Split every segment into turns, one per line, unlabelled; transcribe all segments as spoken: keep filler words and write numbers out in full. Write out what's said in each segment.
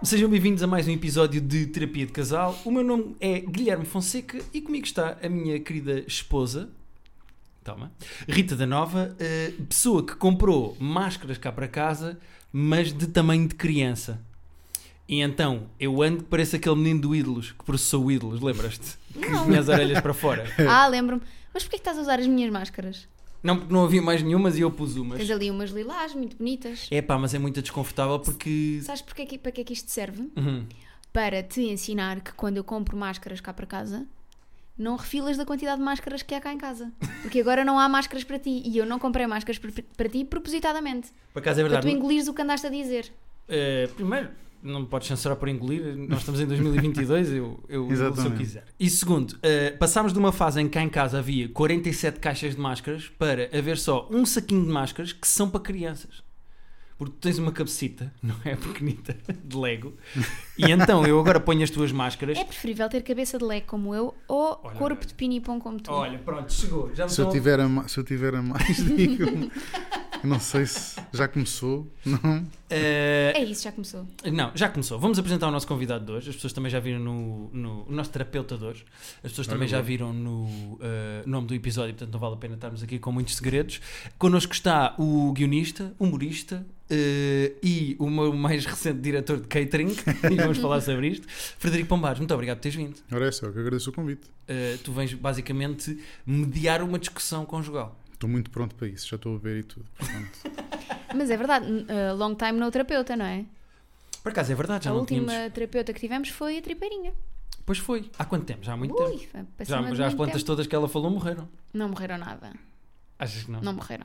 Sejam bem-vindos a mais um episódio de Terapia de Casal. O meu nome é Guilherme Fonseca e comigo está a minha querida esposa, toma, Rita da Nova, uh, pessoa que comprou máscaras cá para casa, mas de tamanho de criança. E então, eu ando que parece aquele menino do Ídolos, que processou o Ídolos, lembras-te? Que tinha as orelhas para fora.
Ah, lembro-me. Mas porquê que estás a usar as minhas máscaras?
Não, porque não havia mais nenhumas e eu pus umas.
Tens ali umas lilás muito bonitas.
É pá, mas é muito desconfortável porque...
Sabes porque é que, para que é que isto serve?
Uhum.
Para te ensinar que quando eu compro máscaras cá para casa, não refilas da quantidade de máscaras que há cá em casa. Porque agora não há máscaras para ti. E eu não comprei máscaras para, para ti propositadamente.
Por acaso é verdade.
Para tu engolires o que andaste a dizer.
Uh, primeiro, não me podes censurar por engolir. Nós estamos em dois mil e vinte e dois, eu, eu engolo se eu quiser. E segundo, uh, passámos de uma fase em que cá em casa havia quarenta e sete caixas de máscaras para haver só um saquinho de máscaras que são para crianças. Porque tu tens uma cabecita, não é, pequenita, de Lego, e então eu agora ponho as tuas máscaras.
É preferível ter cabeça de Lego como eu ou
Olha,
corpo
olha.
de pinipom como tu.
Olha, pronto, chegou. Já me
Se eu,
estão-
tiver a, se eu tiver a mais, digo. Não sei se já começou. Não.
Uh,
É isso, já começou.
Não, já começou. Vamos apresentar o nosso convidado de hoje. As pessoas também já viram no, no o nosso terapeuta de hoje. As pessoas também
Olha,
já
bom.
viram no uh, nome do episódio, portanto não vale a pena estarmos aqui com muitos segredos. Connosco está o guionista, humorista uh, e o meu mais recente diretor de catering, e vamos falar sobre isto, Frederico Pombares. Muito obrigado por teres vindo.
Ora, é só que agradeço o convite.
Uh, tu vens basicamente mediar uma discussão conjugal.
Estou muito pronto para isso, já estou a ver e tudo. Portanto,
Mas é verdade, uh, long time no terapeuta, não é?
Por acaso é verdade, já
A
não
última
tínhamos...
terapeuta que tivemos foi a tripeirinha.
Pois foi. Há quanto tempo? Já há muito
Ui,
tempo.
para
Já,
cima de
já as
muito
plantas
tempo.
todas que ela falou morreram.
Não morreram nada.
Achas que não?
Não morreram.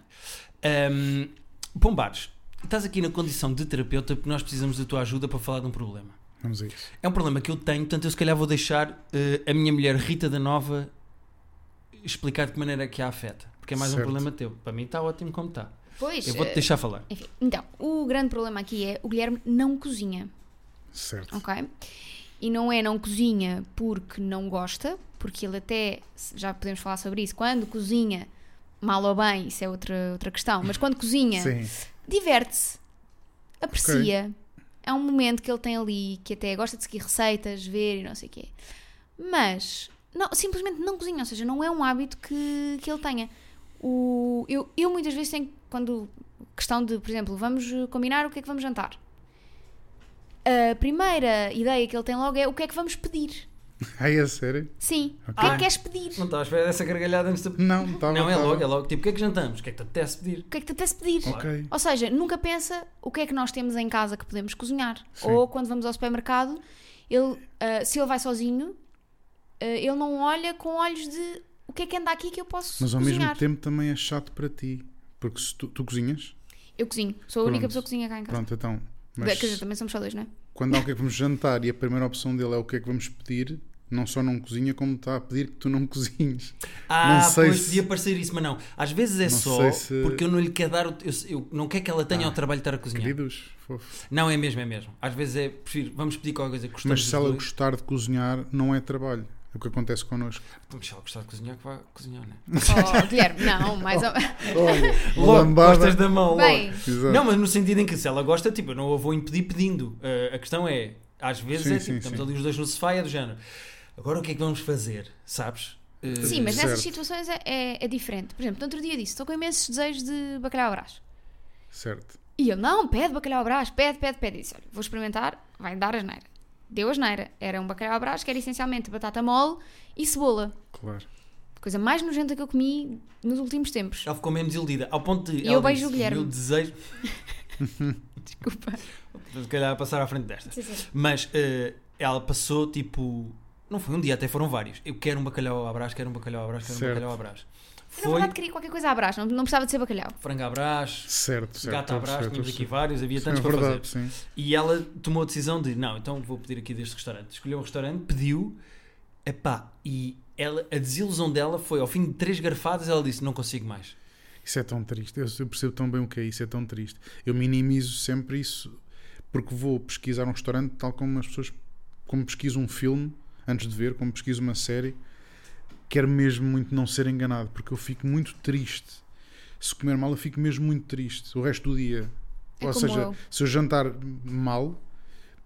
Um, Pombares, estás aqui na condição de terapeuta porque nós precisamos da tua ajuda para falar de um problema.
vamos a isso.
É um problema que eu tenho, portanto eu se calhar vou deixar uh, a minha mulher Rita da Nova explicar de que maneira é que a afeta. Porque é mais
Certo.
um problema teu. Para mim está ótimo como está.
Pois,
Eu vou-te
eh,
deixar falar.
enfim. Então, o grande problema aqui é o Guilherme não cozinha,
Certo.
ok? E não é não cozinha porque não gosta, porque ele até, já podemos falar sobre isso, quando cozinha, mal ou bem, isso é outra, outra questão, mas quando cozinha,
Sim.
diverte-se, aprecia. É um momento que ele tem ali, que até gosta de seguir receitas, ver e não sei o quê. Mas, não, simplesmente não cozinha, ou seja, não é um hábito que, que ele tenha. O, eu, eu muitas vezes tenho, quando, questão de, por exemplo, vamos combinar o que é que vamos jantar. A primeira ideia que ele tem logo é o que é que vamos pedir.
Ai, é sério?
Sim,
Ok.
o que é que queres pedir?
Não estava à espera dessa gargalhada antes de...
Não, estava.
Não, é
estava.
logo, é logo. Tipo, o que é que jantamos? O que é que te apetece pedir?
O que é que te apetece pedir?
Ok.
Ou seja, nunca pensa o que é que nós temos em casa que podemos cozinhar.
Sim.
Ou quando vamos ao supermercado, ele, ah, se ele vai sozinho, ah, ele não olha com olhos de o que é que anda aqui que eu posso
Mas ao
cozinhar.
mesmo tempo também é chato para ti. Porque se tu, tu cozinhas,
Eu cozinho, sou a única
Pronto.
pessoa que cozinha cá em casa.
pronto, então.
Quer
Mas
dizer, também somos só dois, não é?
quando há o que é que vamos jantar e a primeira opção dele é o que é que vamos pedir, não só não cozinha, como está a pedir que tu não cozinhes.
Ah,
Não sei
pois
se-
podia parecer isso, mas não. Às vezes é
Não
só
sei se-
porque eu não lhe quero dar o... Eu, eu não quero que ela tenha
Ah,
o trabalho de estar a cozinhar.
Queridos, fofo.
Não, é mesmo, é mesmo. Às vezes é, prefiro, vamos pedir qualquer coisa que gostamos
Mas se
dos
ela
dois.
gostar de cozinhar, não é trabalho. É o que acontece connosco.
Então, se ela gostar de cozinhar, que vá cozinhar, não é?
Oh, Guilherme, não, mais ou...
Olha,
Logo,
lambada.
gostas da mão, logo.
Bem,
Exato.
Não, mas no sentido em que se ela gosta, tipo, eu não a vou impedir pedindo. Uh, a questão é, às vezes
Sim,
é tipo,
sim,
estamos
sim.
ali os dois no sofá e é do género. Agora o que é que vamos fazer? Sabes? Uh,
sim, mas nessas
Certo.
situações é, é, é diferente. Por exemplo, no outro dia disse, estou com imensos desejos de bacalhau à Brás.
Certo.
E eu, não, pede bacalhau à Brás, pede, pede, pede. E disse, olha, vou experimentar, vai dar asneira. Deu asneira. Era um bacalhau à Brás que era essencialmente batata mole e cebola.
Claro.
Coisa mais nojenta que eu comi nos últimos tempos.
Ela ficou mesmo desiludida. Ao ponto de.
E
ela
eu beijo
disse,
o Guilherme.
meu desejo.
Desculpa.
Se calhar a passar à frente desta.
Sim, sim.
Mas uh, ela passou tipo. Não foi um dia, até foram vários. Eu quero um bacalhau à Brás, quero um bacalhau à Brás, quero um
Certo.
bacalhau à Brás.
Eu, na
Foi
verdade, queria qualquer coisa à Brás, não, não precisava de ser bacalhau.
frango à Brás,
Certo, certo.
gata à
estou a
Brás,
perceber,
tínhamos
estou
aqui
a
vários, havia
perceber.
tantos
Sim, é
para
verdade,
fazer.
sim.
E ela tomou a decisão de, não, então vou pedir aqui deste restaurante. Escolheu um restaurante, pediu, epá, e ela, a desilusão dela foi, ao fim de três garfadas, ela disse, não consigo mais.
Isso é tão triste. Eu, eu percebo tão bem o que é isso, é tão triste. Eu minimizo sempre isso porque vou pesquisar um restaurante tal como as pessoas, como pesquiso um filme antes de ver, como pesquiso uma série. Quero mesmo muito não ser enganado, porque eu fico muito triste. Se comer mal, eu fico mesmo muito triste o resto do dia.
É
Ou
como
seja,
eu.
se eu jantar mal,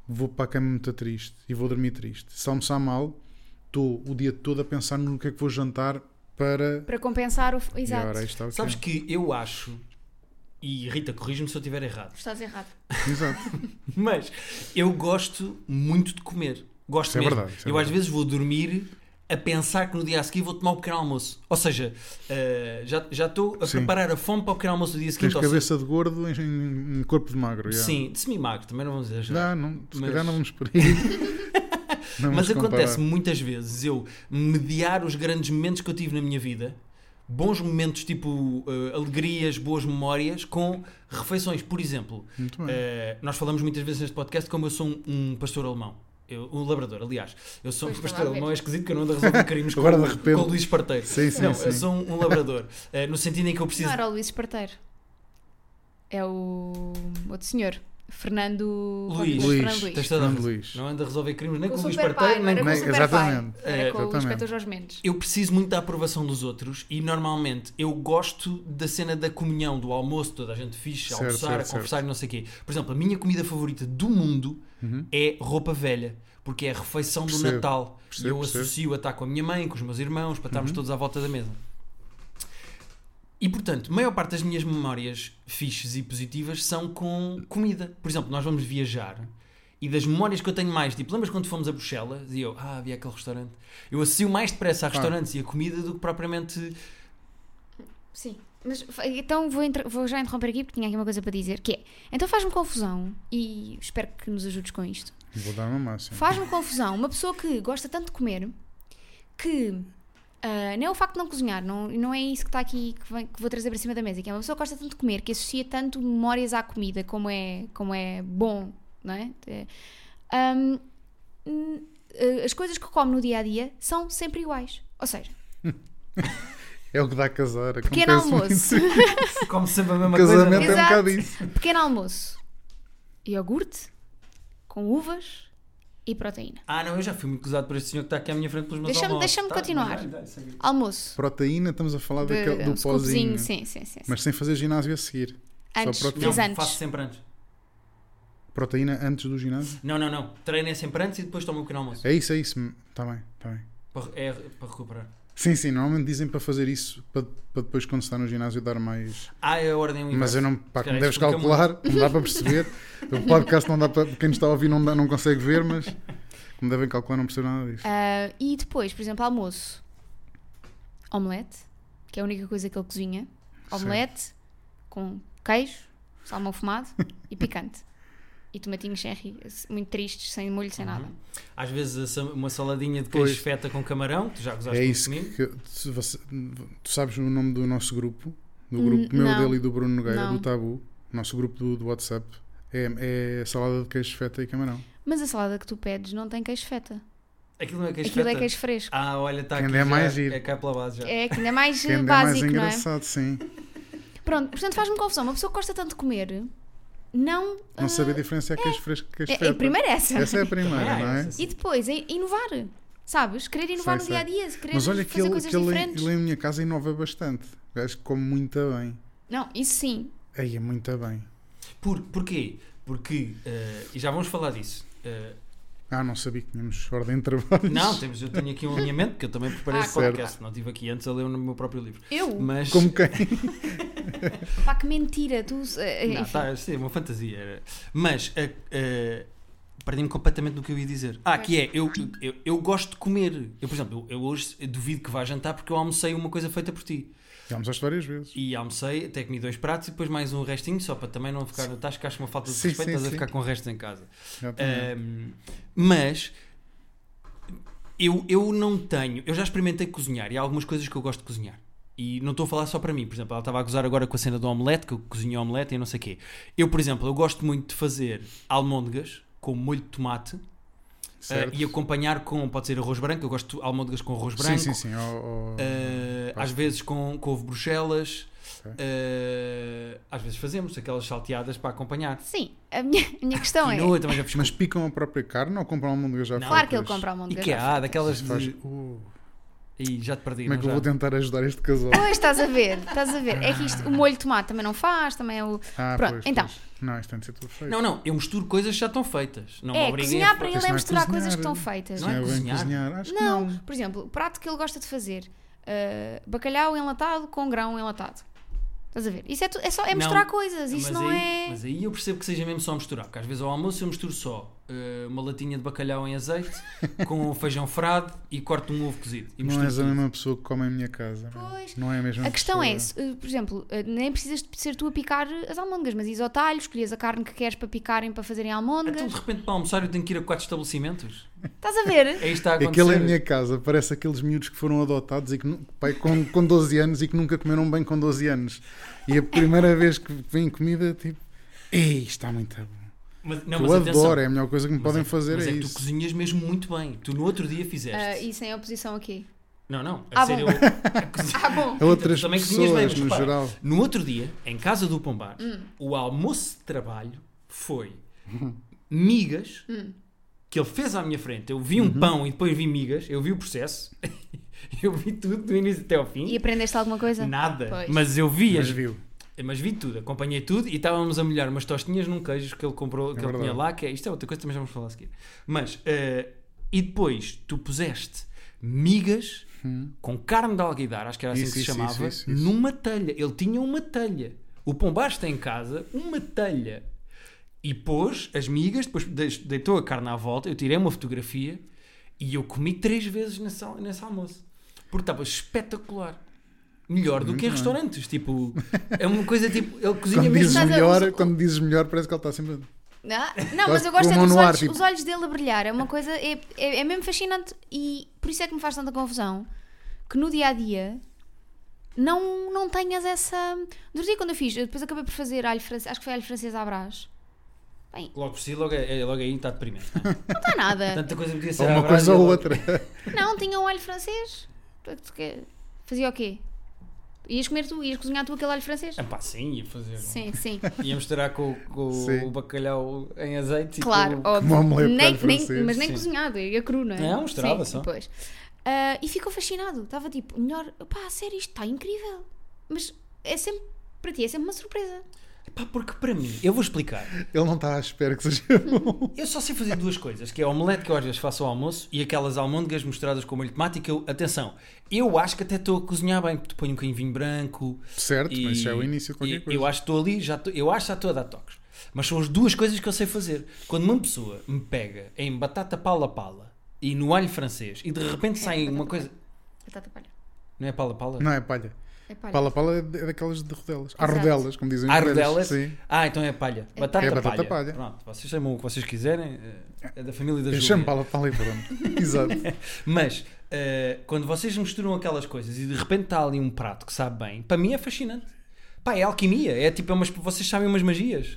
vou para a cama muito triste e vou dormir triste. Se almoçar mal, estou o dia todo a pensar no que é que vou jantar para...
Para compensar o...
E
Exato.
ora, aí está o
Sabes
quê?
que eu acho, e Rita, corrige-me se eu estiver errado,
Estás errado.
Exato.
mas eu gosto muito de comer. Gosto
Isso é
mesmo.
verdade, isso é
eu às
verdade.
vezes vou dormir a pensar que no dia a seguir vou tomar o pequeno almoço. Ou seja, uh, já já estou a
Sim.
preparar a fome para o pequeno almoço do dia
Tens
seguinte. ou
cabeça de gordo em, em corpo de magro.
seja,
já.
sim, de semi-magro, também não vamos exagerar.
Dá, não, se
Mas-
calhar não vamos por aí. Não
Mas
vamos comparar.
acontece muitas vezes eu mediar os grandes momentos que eu tive na minha vida, bons momentos tipo uh, alegrias, boas memórias, com refeições. Por exemplo,
Muito bem.
uh, nós falamos muitas vezes neste podcast como eu sou um, um pastor alemão. Eu, um labrador, aliás. Eu sou
Pois,
um
estava
pastor
a ver.
alemão, é esquisito que eu não ando a resolver crimes com,
Agora, de
o-
repente-
com o Luís Parteiro.
Sim, sim,
não,
sim.
eu sou um, um labrador. Uh, no sentido em que eu preciso...
Não era o Luís Esparteiro. É o outro senhor. Fernando...
Luís,
Luís,
Fernando Luís.
Tens toda a
Fernando
razão.
Luís.
Não anda a resolver crimes nem
Com
com
o
o Luís
super
Parteiro,
pai,
nem
não
com
era
o
com o
Nem-
super pai.
exatamente.
Era
É,
com o
exatamente.
inspetor Jorge Mendes.
Eu preciso muito da aprovação dos outros e normalmente eu gosto da cena da comunhão, do almoço, toda a gente fixe, a
Certo,
almoçar,
certo,
a conversar e não sei o quê. Por exemplo, a minha comida favorita do mundo
Uhum.
é roupa velha, porque é a refeição do
Percebo,
Natal.
percebo,
e eu
percebo.
associo a estar com a minha mãe, com os meus irmãos, para estarmos
Uhum.
todos à volta da mesa. E portanto, a maior parte das minhas memórias fixes e positivas são com comida. Por exemplo, nós vamos viajar e das memórias que eu tenho mais, tipo, lembras quando fomos a Bruxelas e eu, ah, havia aquele restaurante. Eu associo mais depressa a
Ah.
restaurantes e a comida do que propriamente.
Sim. Mas, então vou, inter- vou já interromper aqui porque tinha aqui uma coisa para dizer, que é, então faz-me confusão, e espero que nos ajudes com isto,
Vou dar uma máxima.
faz-me confusão uma pessoa que gosta tanto de comer, que ah, não é o facto de não cozinhar, não, não é isso que está aqui, que, vem- que vou trazer para cima da mesa, que é uma pessoa que gosta tanto de comer, que associa tanto memórias à comida, como é, como é bom, não é? É, ahm, hum, eh, as coisas que come no dia-a-dia são sempre iguais, ou seja,
É o que dá a casar.
pequeno
acontece muito.
almoço,
Como sempre a mesma
Casamento
coisa.
é um
Exato.
bocado isso.
pequeno almoço, iogurte com uvas e proteína.
Ah, não, eu já fui muito gozado por este senhor que está aqui à minha frente pelos meus
Deixa-me-
almoços.
deixa-me
Tá,
continuar.
mas dá, dá, segue.
Almoço.
Proteína, estamos a falar daquele,
De,
do
um scoopzinho,
pozinho.
sim, sim, sim. sim.
Mas sem fazer ginásio a seguir.
Antes,
Só proteína.
mas
Não,
antes.
faço sempre antes.
Proteína antes do ginásio?
Não, não, não. Treino é sempre antes e depois tomo o pequeno almoço.
É isso, é isso. Está bem, está bem.
Para, é para recuperar.
Sim, sim, normalmente dizem para fazer isso para, para depois quando se está no ginásio dar mais.
Ah, é a ordem inversa.
Mas eu não, pá,
Se
como
calhar
deves
explica
calcular, não dá para perceber. O podcast não dá para. Quem nos está a ouvir não, dá, não consegue ver, mas como devem calcular, não percebo nada disso.
Ah, e depois, por exemplo, almoço. Omelete, que é a única coisa que ele cozinha. Omelete com queijo, salmão fumado e picante. E tomatinhos cherry, muito tristes, sem molho, sem nada.
Uhum. Às vezes a sa- uma saladinha de
Pois.
queijo feta com camarão, tu já gozaste
É
muito
isso
comigo.
que. Se você- tu sabes o nome do nosso grupo? Do grupo
N-
meu,
não.
dele e do Bruno Nogueira,
Não.
do Tabu. O nosso grupo do, do WhatsApp. É, é salada de queijo, feta e camarão.
Mas a salada que tu pedes não tem queijo feta.
Aquilo não é queijo
Aquilo
feta?
é queijo fresco.
Ah, olha, está
Que
aqui
ainda é
já,
mais giro.
é cá pela base já.
É que ainda é mais
Que
eh,
ainda é mais
básico, não é?
engraçado, sim.
Pronto, portanto faz-me confusão. Uma pessoa que gosta tanto de comer, não...
Não
ah,
saber diferenciar queijo fresco e queijo
é,
feta.
é primeiro essa.
Essa é a primeira,
Também há
não é?
essa, sim.
E depois, é inovar. Sabes? Querer inovar
Sei,
no
sei.
dia-a-dia. Querer
Mas olha que
fazer
ele,
coisas
que ele,
diferentes.
ele em minha casa inova bastante. O gajo come muito bem.
Não, isso sim.
Aí é muito bem.
Por, porquê? Porque, eh, e já vamos falar disso, eh,
Ah, não sabia que tínhamos ordem de trabalho.
não, temos, eu tenho aqui um alinhamento, que eu também preparei
Ah,
esse
certo.
podcast, não estive aqui antes a ler no meu próprio livro.
Eu?
Mas,
Como quem?
Pá, que mentira. Tu, eh,
não,
enfim.
tá, sim, é uma fantasia. Era. Mas, eh, eh, perdi-me completamente do que eu ia dizer. Ah, que é, eu, eu, eu gosto de comer. Eu, por exemplo, eu, eu hoje duvido que vá jantar porque eu almocei uma coisa feita por ti.
Já almoçaste várias vezes.
E almocei, até comi dois pratos e depois mais um restinho, só para também não ficar. Estás que acho uma falta de
Sim,
respeito,
sim,
estás a
sim.
ficar com restos em casa.
Exatamente.
Um, mas eu, eu não tenho. Eu já experimentei cozinhar e há algumas coisas que eu gosto de cozinhar. E não estou a falar só para mim. Por exemplo, ela estava a gozar agora com a cena do omelete, que eu cozinho omelete e não sei o quê. Eu, por exemplo, eu gosto muito de fazer almôndegas com molho de tomate.
Certo.
Uh, e acompanhar com, pode ser arroz branco, eu gosto de almôndegas com arroz branco.
Sim, sim, sim. Ou- ou-
Uh,
Pasta.
às vezes com, com ovo bruxelas.
Ok.
Uh, às vezes fazemos aquelas salteadas para acompanhar.
Sim, a minha, a minha questão é...
Quinoa, eu também já fiz
Mas
com-
picam a própria carne ou compram almôndegas já
Não.
Claro que ele
feitas?
compra almôndegas.
E que
já
há
feitas.
daquelas
Faz-
de...
Uh,
E já te perdi,
Como é
não
que eu
já?
vou tentar ajudar este casal?
Pois, estás a ver, estás a ver. É que isto, o molho de tomate também não faz, também é o...
Ah,
Pronto,
pois,
então.
pois. Não, isto tem de ser tudo feito.
Não, não, eu misturo coisas que já estão feitas. Não me
É,
obriguem
cozinhar
a...
para
Isso
ele é
não é
misturar
cozinhar.
coisas que estão feitas.
Não é
bem
cozinhar?
cozinhar. Acho que
Não,
não.
por exemplo, o prato que ele gosta de fazer, uh, bacalhau enlatado com grão enlatado. Estás a ver? Isso é, tu- é só é
Não,
misturar coisas, isso
mas
não
aí,
é...
Mas aí eu percebo que seja mesmo só misturar, porque às vezes ao almoço eu misturo só uh, uma latinha de bacalhau em azeite com feijão frado e corto um ovo cozido. E
Não
misturo
és a
tudo.
mesma pessoa que come em minha casa.
Pois.
Não é a mesma
A questão é,
pessoa.
se, uh, por exemplo, uh, nem precisas de ser tu a picar as almôndegas, mas ires ao talho, escolhes a carne que queres para picarem para fazerem
Então
almôndegas.
de repente para almoçar eu tenho que ir a quatro estabelecimentos.
Estás a ver?
É isto que está a acontecer.
Aquele em minha casa parece aqueles miúdos que foram adotados e que, nu- pai, com, com doze anos e que nunca comeram bem com doze anos. E a primeira vez que vem comida, tipo, ei, está muito bom.
Mas, não,
Que
mas
eu
atenção,
adoro, é a melhor coisa que me
mas
podem
é-
fazer
mas
é,
é que tu
isso.
cozinhas mesmo muito bem. Tu no outro dia fizeste.
Uh, e sem oposição aqui.
Não, não. A
Ah,
ser
bom.
eu a cozinhar.
Ah, bom.
A outras
Tu também cozinhas bem,
pessoas,
mas
no
repara,
geral.
No outro dia, em casa do Pombar,
Hum.
o almoço de trabalho foi migas que ele fez à minha frente. Eu vi um
Uhum.
pão e depois vi migas. Eu vi o processo. Eu vi tudo do início até ao fim.
E aprendeste alguma coisa?
Nada.
Pois.
Mas eu vi
Mas
as
viu.
Mas vi tudo, acompanhei tudo e estávamos a molhar umas tostinhas num queijo que ele comprou, que
É
ele tinha
verdade.
lá, que é, isto é outra coisa, também já vamos falar a seguir. Mas, eh, e depois tu puseste migas com carne de alguidar, acho que era assim
Isso,
que se
isso,
chamava,
isso, isso, isso.
numa telha. Ele tinha uma telha. O Pombar tem em casa uma telha. E pôs as migas, depois de- deitou a carne à volta, eu tirei uma fotografia e eu comi três vezes nesse, al- nesse almoço. Porque estava espetacular. Melhor do
Muito
que em
bem.
restaurantes. Tipo, é uma coisa tipo. Ele cozinha
Quando
mesmo.
dizes,
Estás a-
melhor,
os-
quando dizes melhor, parece que ele está sempre.
Ah, não, mas eu gosto
com
é
a mão
dos
no ar,
olhos,
tipo-
os olhos dele a brilhar. É uma coisa, é, é, é mesmo fascinante e por isso é que me faz tanta confusão que no dia a dia não, não tenhas essa. No outro dia, quando eu fiz, eu depois acabei por fazer alho francês, acho que foi alho francês à Brás. Bem,
Logo por si, logo, é- logo aí está deprimente. Não é?
não está nada.
Tanta coisa podia ser
Ou
à
uma
brasa
coisa
e
ou
logo-
outra.
Não, tinha um alho francês. Tu- tu que- Fazia o quê? Ias comer tu, ias cozinhar tu aquele alho francês?
Ah, pá, sim, ia fazer.
Sim, sim.
Ia misturar com, com
Sim.
o bacalhau em azeite.
Claro,
e com...
óbvio.
Como um omelete de
Nem,
alho
nem,
francês.
mas nem
Sim.
cozinhado, ia cru, não é?
Não, misturava
Sim,
só.
Depois. Ah, e ficou fascinado. Estava tipo, melhor. Pá, a sério, isto está incrível. Mas é sempre, para ti, é sempre uma surpresa.
Pá, porque para mim, eu vou explicar.
Ele não está à espera que seja bom.
Eu só sei fazer duas coisas, que é a omelete que eu às vezes faço ao almoço e aquelas almôndegas misturadas com molho de tomate. E que eu, atenção, eu acho que até estou a cozinhar bem, porque ponho um bocadinho de vinho branco.
Certo,
e-
mas já é o início de qualquer
e
coisa.
Eu acho que estou ali, já estou, eu acho que já estou a dar toques. Mas são as duas coisas que eu sei fazer. Quando uma pessoa me pega em batata pala-pala e no alho francês e de repente sai uma coisa.
Batata palha.
Não é pala-pala?
Não é palha.
É palha.
Pala pala é de- é daquelas de rodelas. Há
Exato.
rodelas, como dizem os
Há
velhos.
rodelas?
Sim.
Ah, então é palha.
É
Batata,
É batata
palha.
palha.
Pronto, vocês chamam o que vocês quiserem. eh, É da família da
Eu
Júlia.
chamo pala pala e pronto. Exato.
Mas eh, quando vocês misturam aquelas coisas e de repente está ali um prato que sabe bem, para mim é fascinante. Pá, é alquimia. É tipo, é umas, vocês sabem umas magias.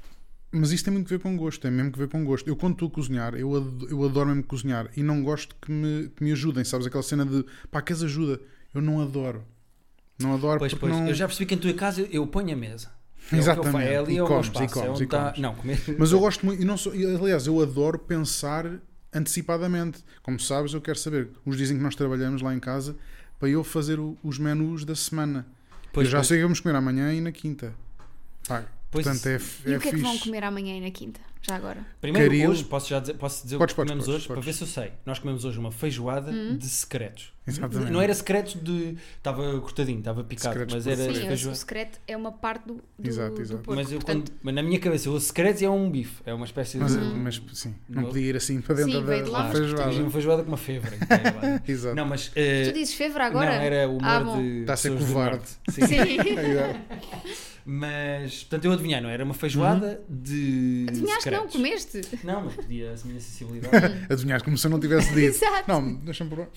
Mas isto tem muito a ver com gosto, tem mesmo que ver com gosto. Eu, quando estou a cozinhar, eu adoro, eu adoro mesmo cozinhar e não gosto que me, que me ajudem, sabes? Aquela cena de pá, queres ajuda? Eu não adoro. Não adoro
Pois,
porque
pois.
não.
Eu já percebi que em tua casa eu, eu ponho a mesa. É o que eu
Exatamente.
faço. É ali
E
é o meu
comes,
espaço.
e comes,
é onde
e
está-
comes.
Não, comer.
Mas eu gosto muito, e não sou, e, aliás, eu adoro pensar antecipadamente. Como sabes, eu quero saber os dias em que nós trabalhamos lá em casa para eu fazer o- os menus da semana.
Pois,
eu já
pois.
sei que vamos comer amanhã e na quinta. Pá,
Pois,
portanto, é, é
E o que é que vão
fixe.
comer amanhã e na quinta? Já agora.
Primeiro,
Caril.
hoje, posso já dizer, posso dizer
Podes,
o que
podes,
comemos
podes,
hoje,
podes.
para ver se eu sei. Nós comemos hoje uma feijoada
Hum.
de secretos.
Exatamente.
Não era secretos de. Estava cortadinho, estava picado,
Secretos
mas
por
era
fora.
Sim, o
feijoada.
secreto é uma parte do, do,
Exato,
do
exato.
porco.
Mas, eu,
Portanto,
quando, mas na minha cabeça, o secreto é um bife, é uma espécie
Mas,
de.
mas sim, não
No-
podia ir assim para dentro
Sim,
da,
veio de lá,
da
mas
Imagina
feijoada.
uma feijoada com uma febra. inteira lá.
Exato.
Não, mas. eh,
tu dizes fevra agora?
Não, era o humor
Ah, bom.
de.
Está a ser
pessoas do
covarde.
norte. Sim.
Sim.
Exato.
Mas, portanto, eu adivinhei, não? Era uma feijoada de.
Adivinhaste não,
secretos.
comeste?
Não, mas podia a minha sensibilidade.
Adivinhaste como se eu não tivesse dito.
Exato.
Não, deixa-me por.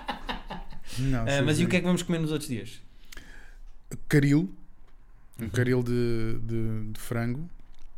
Não,
Ah,
sim,
mas
sim.
e o que é que vamos comer nos outros dias?
Caril,
Uhum.
um caril de, de, de frango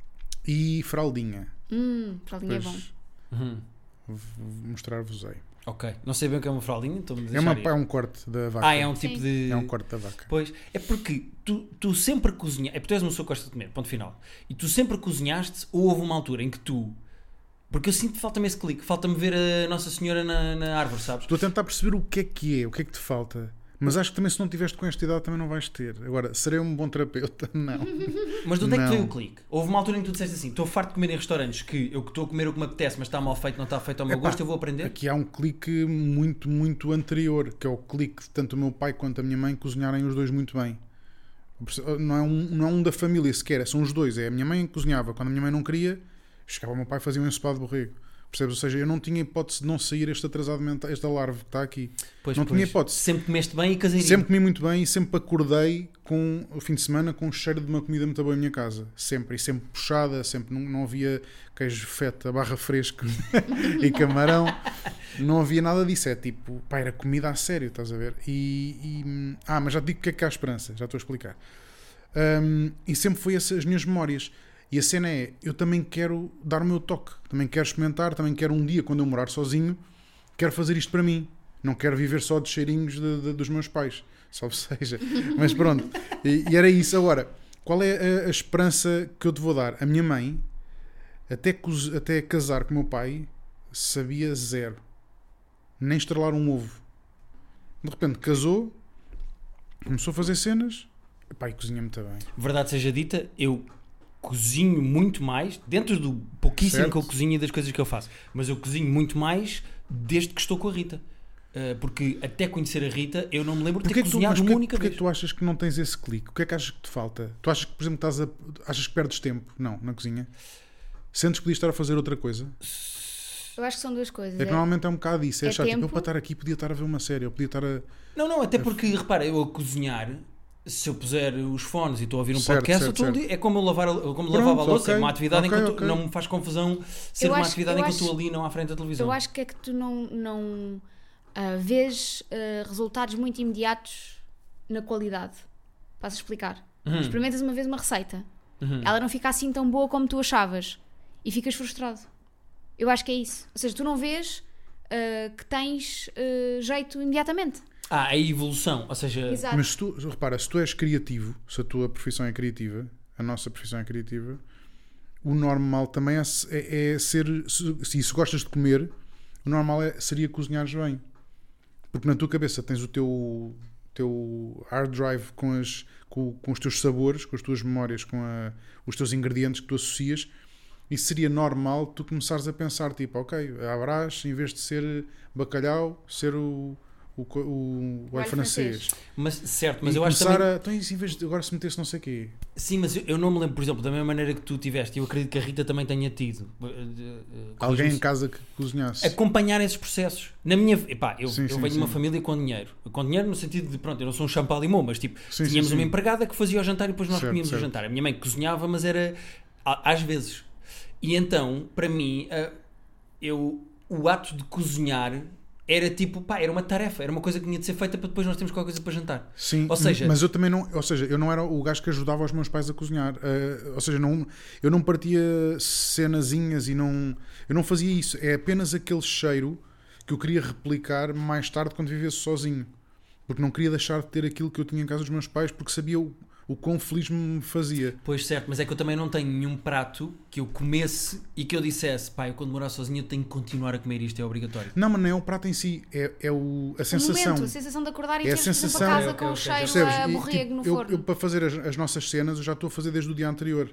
e fraldinha.
Hum, fraldinha é bom.
Depois
Uhum.
v- mostrar-vos-ei.
Ok. Não sei bem o que é uma fraldinha, então me
É,
deixar
uma,
ir.
é um corte da vaca.
Ah, é um tipo
Sim.
de.
É um corte da vaca.
Pois, é porque tu, tu sempre cozinhaste. É porque tu és uma pessoa que gosta de comer, ponto final. E tu sempre cozinhaste, ou houve uma altura em que tu Porque eu sinto que falta-me esse clique, falta-me ver a Nossa Senhora na, na árvore, sabes?
Estou a tentar perceber o que é que é, o que é que te falta. Mas acho que também se não tiveste com esta idade também não vais ter. Agora, serei um bom terapeuta? Não.
Mas de onde é que
Não.
veio o clique? Houve uma altura em que tu disseste assim, estou farto de comer em restaurantes, que eu que estou a comer o que me apetece, mas está mal feito, não está feito ao meu
Epá,
gosto, eu vou aprender?
Aqui há um clique muito, muito anterior, que é o clique de tanto o meu pai quanto a minha mãe cozinharem os dois muito bem. Não é um, não é um da família sequer, são os dois. É a minha mãe que cozinhava. Quando a minha mãe não queria, chegava o meu pai e fazia um ensopado de borrego. Percebes? Ou seja, eu não tinha hipótese de não sair este atrasado mental, esta larva que está aqui.
Pois,
não
pois.
tinha hipótese.
Sempre comeste bem e caseirinho.
Sempre comi muito bem e sempre acordei com o fim de semana com o cheiro de uma comida muito boa em minha casa. Sempre. E sempre puxada, sempre. Não, não havia queijo feta, barra fresco e camarão. Não havia nada disso. É tipo, pá, era comida a sério, estás a ver? E, e- ah, mas já te digo o que é que há esperança. Já estou a explicar. Hum, e sempre foi essas as minhas memórias. E a cena é, eu também quero dar o meu toque, também quero experimentar, também quero um dia, quando eu morar sozinho, quero fazer isto para mim. Não quero viver só de cheirinhos de, de, dos meus pais, salve seja. Mas pronto, e, e era isso. Agora, qual é a, a esperança que eu te vou dar? A minha mãe, até, coz- até casar com o meu pai, sabia zero. Nem estrelar um ovo. De repente casou, começou a fazer cenas, epá, e cozinha muito bem.
Verdade seja dita, eu cozinho muito mais, dentro do pouquíssimo
Certo.
que eu cozinho e das coisas que eu faço, mas eu cozinho muito mais desde que estou com a Rita. Uh, porque até conhecer a Rita, eu não me lembro de ter
Porquê que tu,
cozinhado
mas
uma
porquê,
única
porquê
vez.
que tu achas que não tens esse clique? O que é que achas que te falta? Tu achas que, por exemplo, estás a, achas que perdes tempo? Não, na cozinha. Sentes que podias estar a fazer outra coisa?
Eu acho que são duas coisas.
É que normalmente é um bocado isso. É,
é
achar, tipo, eu
tempo.
para estar aqui podia estar a ver uma série, eu podia estar a...
Não, não, até porque, repara, eu a cozinhar, se eu puser os fones e estou a ouvir um
Certo,
podcast,
certo,
eu estou ali- é como eu lavar, a- como
Pronto,
lavava a louça,
ok,
é uma atividade
ok,
em que eu
ok.
tô- não me faz confusão ser
Eu
uma
acho-
atividade
eu
em que
acho-
eu estou ali, não à frente da televisão.
Eu acho que é que tu não, não ah, vês ah, resultados muito imediatos na qualidade. Passo a explicar.
Uhum,
Experimentas uma vez uma receita.
uhum.
Ela não fica assim tão boa como tu achavas. E ficas frustrado. Eu acho que é isso. Ou seja, tu não vês ah, que tens ah, jeito imediatamente.
Ah, a evolução, ou seja,
Exato.
Mas se tu, repara, se tu és criativo, se a tua profissão é criativa, a nossa profissão é criativa, o normal também é, é- é ser, se, se isso gostas de comer, o normal é, seria cozinhares bem. Porque na tua cabeça tens o teu, teu hard drive com, as, com, com os teus sabores, com as tuas memórias, com a- os teus ingredientes que tu associas, e seria normal tu começares a pensar, tipo, ok, a Brás, em vez de ser bacalhau, ser o, o, co- o, o alho
alho
francês.
francês.
mas, certo, mas
e
eu acho
começar
também...
a. Então, isso em vez de agora se metesse não sei o quê.
Sim, mas eu, eu não me lembro, por exemplo, da mesma maneira que tu tiveste, eu acredito que a Rita também tenha tido. eh, eh,
Alguém
corrija-me
em casa que cozinhasse.
acompanhar esses processos. Na minha, epá, eu,
Sim,
eu
sim,
venho de uma
sim.
família com dinheiro. Com dinheiro no sentido de, pronto, eu não sou um champalimau, mas tipo,
Sim, sim,
tínhamos
sim.
uma empregada que fazia o jantar e depois nós
Certo,
comíamos
certo.
o jantar. A minha mãe cozinhava, mas era a- às vezes. E então, para mim, eh, eu, o ato de cozinhar era tipo, pá, era uma tarefa, era uma coisa que tinha de ser feita para depois nós termos qualquer coisa para jantar.
Sim,
Ou seja-
mas eu também não, ou seja, eu não era o gajo que ajudava os meus pais a cozinhar. Eh, ou seja, não, eu não partia cenazinhas e não, eu não fazia isso. É apenas aquele cheiro que eu queria replicar mais tarde quando vivesse sozinho, porque não queria deixar de ter aquilo que eu tinha em casa dos meus pais, porque sabia o, o quão feliz me fazia.
Pois certo, mas é que eu também não tenho nenhum prato que eu comesse e que eu dissesse, pá, eu quando morar sozinho eu tenho que continuar a comer isto, é obrigatório.
Não, mas não é o prato em si, é, é o, a
O
sensação.
momento, a sensação de acordar e
É a
teres, por exemplo,
sensação.
a casa
Ok,
com o
ok,
cheiro
Percebes?
a
E,
borrego
tipo,
no
eu,
forno.
eu, para fazer as, as nossas cenas, eu já estou a fazer desde o dia anterior.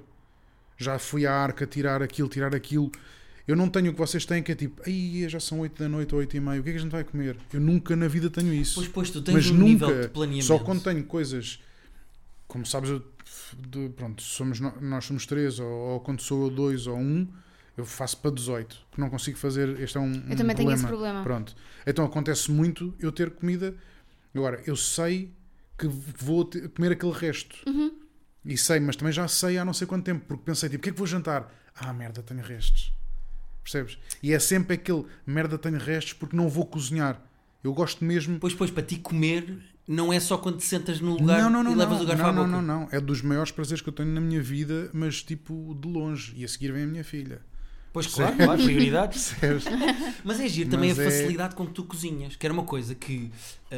Já fui à arca tirar aquilo, tirar aquilo. Eu não tenho o que vocês têm, que é tipo, ai, já são oito da noite ou oito e meia, o que é que a gente vai comer? Eu nunca na vida tenho isso.
Pois, pois, tu tens
Mas
um
nunca,
nível de planeamento.
só quando tenho coisas, como sabes, eu, de- pronto, somos, no- nós somos três, ou, ou quando sou eu dois ou um, eu faço para dezoito, que não consigo fazer, este é um,
Eu
um
também tenho
problema.
esse problema.
Pronto. Então acontece muito eu ter comida. Agora, eu sei que vou ter- comer aquele resto.
Uhum.
E sei, mas também já sei há não sei quanto tempo, porque pensei, tipo, o que é que vou jantar? Ah, merda, tenho restos. Percebes? E é sempre aquele, merda, tenho restos porque não vou cozinhar. Eu gosto mesmo...
Pois, pois, para ti comer não é só quando te sentas no lugar
Não, não, não,
e levas
não,
o garfo
não,
à boca.
não, não, não. É dos maiores prazeres que eu tenho na minha vida, mas tipo, de longe. E a seguir vem a minha filha.
Pois, claro, claro, prioridades.
Percebes?
Mas é giro também
Mas
a
é-
facilidade com que tu cozinhas, que era uma coisa que,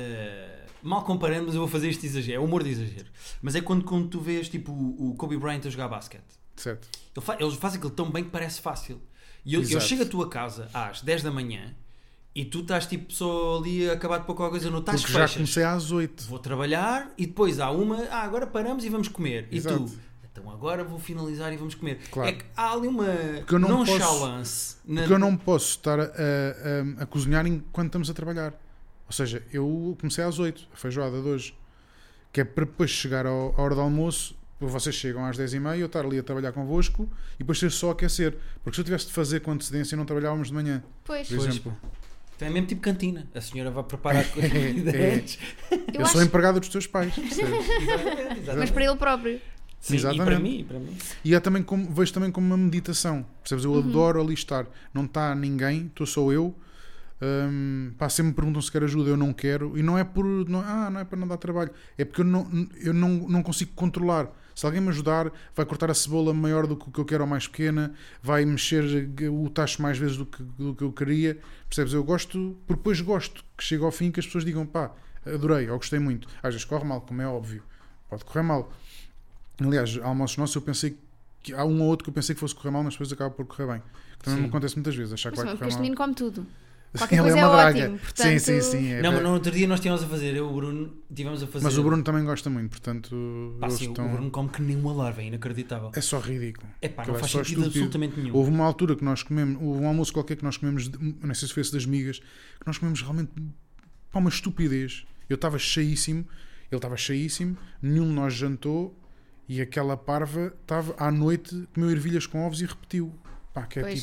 eh, mal comparando, mas eu vou fazer este exagero, é humor de exagero. Mas é quando, quando tu vês tipo o o Kobe Bryant a jogar basquete.
Certo.
Ele fa- Eles fazem aquilo tão bem que parece fácil. E eu, eu
Exato.
chego à tua casa às dez da manhã e tu estás tipo só ali a acabar de pôr qualquer coisa no estás
Porque já
fechas.
comecei às oito.
Vou trabalhar e depois há uma, ah, agora paramos e vamos comer. E
Exato.
tu, então agora vou finalizar e vamos comer.
Claro.
É que há ali uma
Porque eu não
nonchalance. na-
Porque eu não posso estar a, a- a cozinhar enquanto estamos a trabalhar. Ou seja, eu comecei às oito, a feijoada de hoje. Que é para depois chegar ao- à hora do almoço, vocês chegam às dez e meia, eu estar ali a trabalhar convosco e depois ter só a aquecer. Porque se eu tivesse de fazer com antecedência, não trabalhávamos de manhã,
Pois.
por
Pois.
exemplo.
Então é mesmo tipo cantina. A senhora vai preparar a coisa
É,
antes.
Eu,
Eu
sou
acho-
empregada dos teus pais. percebes?
Exatamente, exatamente.
Mas para ele próprio.
Sim, e
Exatamente.
para mim, e para mim.
E é também como, vejo também como uma meditação. Percebes? Eu adoro ali estar. Não está ninguém, estou só eu. Hum, pá, sempre me perguntam se quer ajuda, eu não quero. E não é por não, ah, não é para não dar trabalho, é porque eu não, eu não, não consigo controlar. Se alguém me ajudar, vai cortar a cebola maior do que o que eu quero ou mais pequena, vai mexer o tacho mais vezes do que, do que eu queria. Percebes? Eu gosto, porque depois gosto que chegue ao fim que as pessoas digam pá, adorei ou gostei muito. Às vezes corre mal, como é óbvio, pode correr mal. Aliás, almoços nossos eu pensei que há um ou outro que eu pensei que fosse correr mal, mas depois acaba por correr bem. Que também
Sim.
me acontece muitas vezes, achar que
Mas
vai
também
correr
porque este
mal.
menino come tudo. Qualquer
Ele
coisa
é
é,
uma draga.
ótimo. Portanto,
Sim, sim, sim. é-
Não, mas no outro dia nós tínhamos a fazer, eu e o Bruno tivemos a fazer.
Mas o Bruno também gosta muito, portanto.
Pá,
eles
sim,
estão-
o Bruno come que nem uma larva, é inacreditável.
É só ridículo.
É pá,
Aquilo
não
é
faz
só
sentido
estúpido.
absolutamente nenhum.
Houve uma altura que nós comemos, houve um almoço qualquer que nós comemos, de- não sei se foi esse das migas, que nós comemos realmente pá, uma estupidez. Eu estava cheíssimo, ele estava cheíssimo, nenhum de nós jantou e aquela parva estava à noite, comeu ervilhas com ovos e repetiu. Pá, que é
Pois.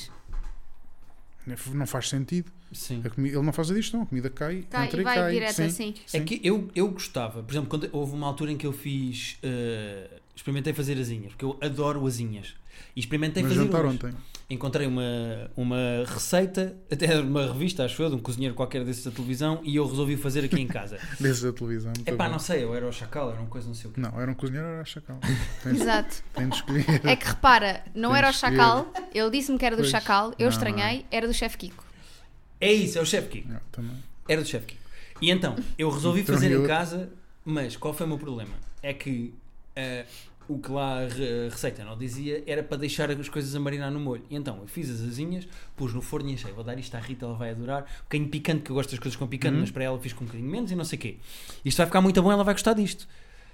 tipo. Não faz sentido.
Sim.
A comi- ele não faz isto, não. A comida cai,
Cai
entra
e
e
vai
cai.
direto
sim,
assim.
sim.
É que eu, eu gostava, por exemplo, quando houve uma altura em que eu fiz, eh, experimentei fazer asinhas, porque eu adoro asinhas. E experimentei
No
fazer
jantar
umas.
ontem.
Encontrei uma, uma receita, até numa revista, acho eu, de um cozinheiro qualquer desses da televisão, e eu resolvi fazer aqui em casa.
Desses da televisão. muito
É pá,
bom.
não sei, eu era o chacal, era uma coisa não sei o quê.
Não, era um cozinheiro, era a chacal. Tens,
Exato.
tens de escolher.
É que repara, não
Tem
era o
de escolher.
Chacal, ele disse-me que era do
Pois.
Chacal, eu
Não,
estranhei, era do Chefe Kiko.
É isso, é o Chef Kiko.
Não, também.
Era do Chef Kiko. E então, eu resolvi
Então,
fazer
eu-
em casa, mas qual foi o meu problema? É que eh, o que lá a re- a receita não dizia era para deixar as coisas a marinar no molho. E então, eu fiz as asinhas, pus no forno e achei, vou dar isto à Rita, ela vai adorar. Um bocadinho picante, que eu gosto das coisas com picante,
Uhum.
mas para ela fiz com um bocadinho menos e não sei o quê. Isto vai ficar muito bom, ela vai gostar disto.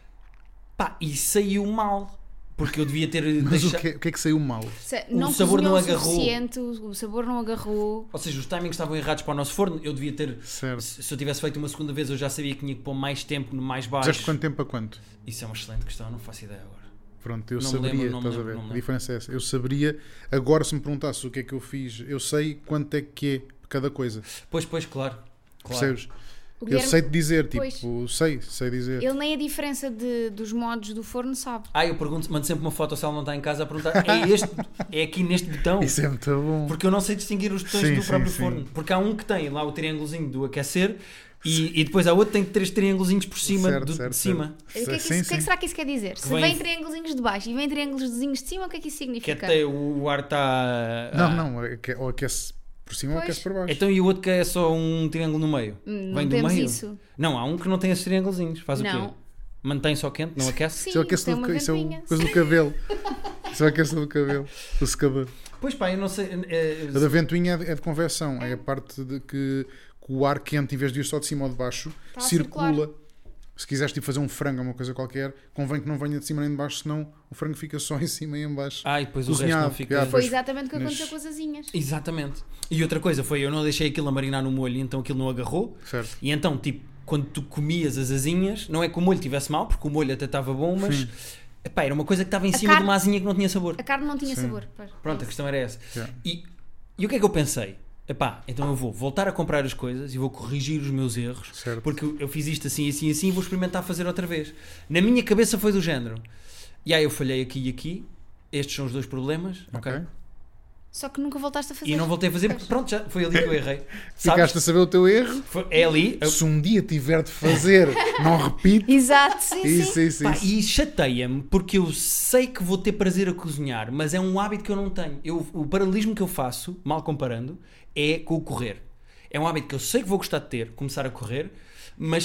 Pá, e saiu mal. Porque eu devia ter
Mas o
deixado...
que, é- o que é que saiu mal?
Se-
O
não
sabor não
cozinhou o
agarrou.
suficiente, o o sabor não agarrou.
Ou seja, os timings estavam errados para o nosso forno. Eu devia ter...
Certo.
Se se eu tivesse feito uma segunda vez, eu já sabia que tinha que pôr mais tempo no mais baixo.
Fizeste quanto tempo a quanto?
Isso é uma excelente questão, não faço ideia agora.
Pronto, eu
Não me
saberia,
lembro, não me
estás a
lembro,
ver?
não me
A
lembro.
diferença é essa. Eu saberia, agora se me perguntasses o que é que eu fiz, eu sei quanto é que é cada coisa.
Pois, pois, claro. claro.
Percebes?
O
Eu
Guilherme,
sei te dizer, tipo,
Pois.
sei, sei dizer.
ele nem a diferença de, dos modos do forno sabe.
Ah, eu pergunto, mando sempre uma foto se ela não está em casa a perguntar, é este, é aqui neste botão?
Isso é muito bom.
Porque eu não sei distinguir os botões
Sim,
do
sim,
próprio
sim.
forno. Porque há um que tem lá o triângulozinho do aquecer e, e depois há outro que tem três triângulozinhos por cima,
Certo,
do,
certo,
de cima.
O que, é que, isso-
Sim,
o que é que
sim.
será que isso quer dizer? Se
vem-
vem triângulozinhos de baixo e vem triângulozinhos de cima, o que é que isso
Que
significa?
até o ar está...
Não, não, é que- ou aquece por cima ou
Pois.
aquece por baixo.
Então e o outro que é só um triângulo no meio?
Hum, Não
Vem do
temos
meio?
isso.
Não, há um que não tem esses triângulozinhos. Faz o
Não.
quê? Mantém só quente, não aquece?
Sim,
Isso é o aquece
tem
do,
uma
isso é o
ventoinha.
coisa do cabelo. Isso é o aquece do cabelo. O secador.
Pois pá, eu não sei... é-
A da ventoinha é de, é de conversão. É a parte de que, que o ar quente, em vez de ir só de cima ou de baixo,
Está a
circula.
circular.
Se quiseres tipo, fazer um frango ou uma coisa qualquer, convém que não venha de cima nem de baixo, senão o frango fica só em cima e em baixo.
Ah, e depois o resto
Cozinhado,
não fica...
já,
Foi
Pois,
exatamente o que
nas-
aconteceu com as asinhas.
Exatamente. E outra coisa foi, eu não deixei aquilo a marinar no molho, então aquilo não agarrou.
Certo.
E então, tipo, quando tu comias as asinhas, não é que o molho estivesse mal, porque o molho até estava bom, mas
Sim.
epá, era uma coisa que estava em
A
cima
carne-
de uma asinha que não tinha sabor.
A carne não tinha
Sim.
sabor. Pois.
Pronto, a questão era essa.
Yeah.
E, e o que é que eu pensei? Epá, então eu vou voltar a comprar as coisas e vou corrigir os meus erros,
Certo.
porque eu fiz isto assim, assim, assim, e vou experimentar fazer outra vez. Na minha cabeça foi do género. E aí eu falhei aqui e aqui, estes são os dois problemas, ok?
Ok.
Só que nunca voltaste a fazer.
E não voltei a fazer, porque pronto, já foi ali que eu errei. Sabes?
Ficaste a saber o teu erro.
Foi- é ali. eu-
Se um dia tiver de fazer, não repite.
Exato, sim,
Isso,
sim.
isso,
Pá,
isso.
e chateia-me porque eu sei que vou ter prazer a cozinhar, mas é um hábito que eu não tenho. Eu, o paralelismo que eu faço, mal comparando, é com o correr. É um hábito que eu sei que vou gostar de ter, começar a correr, mas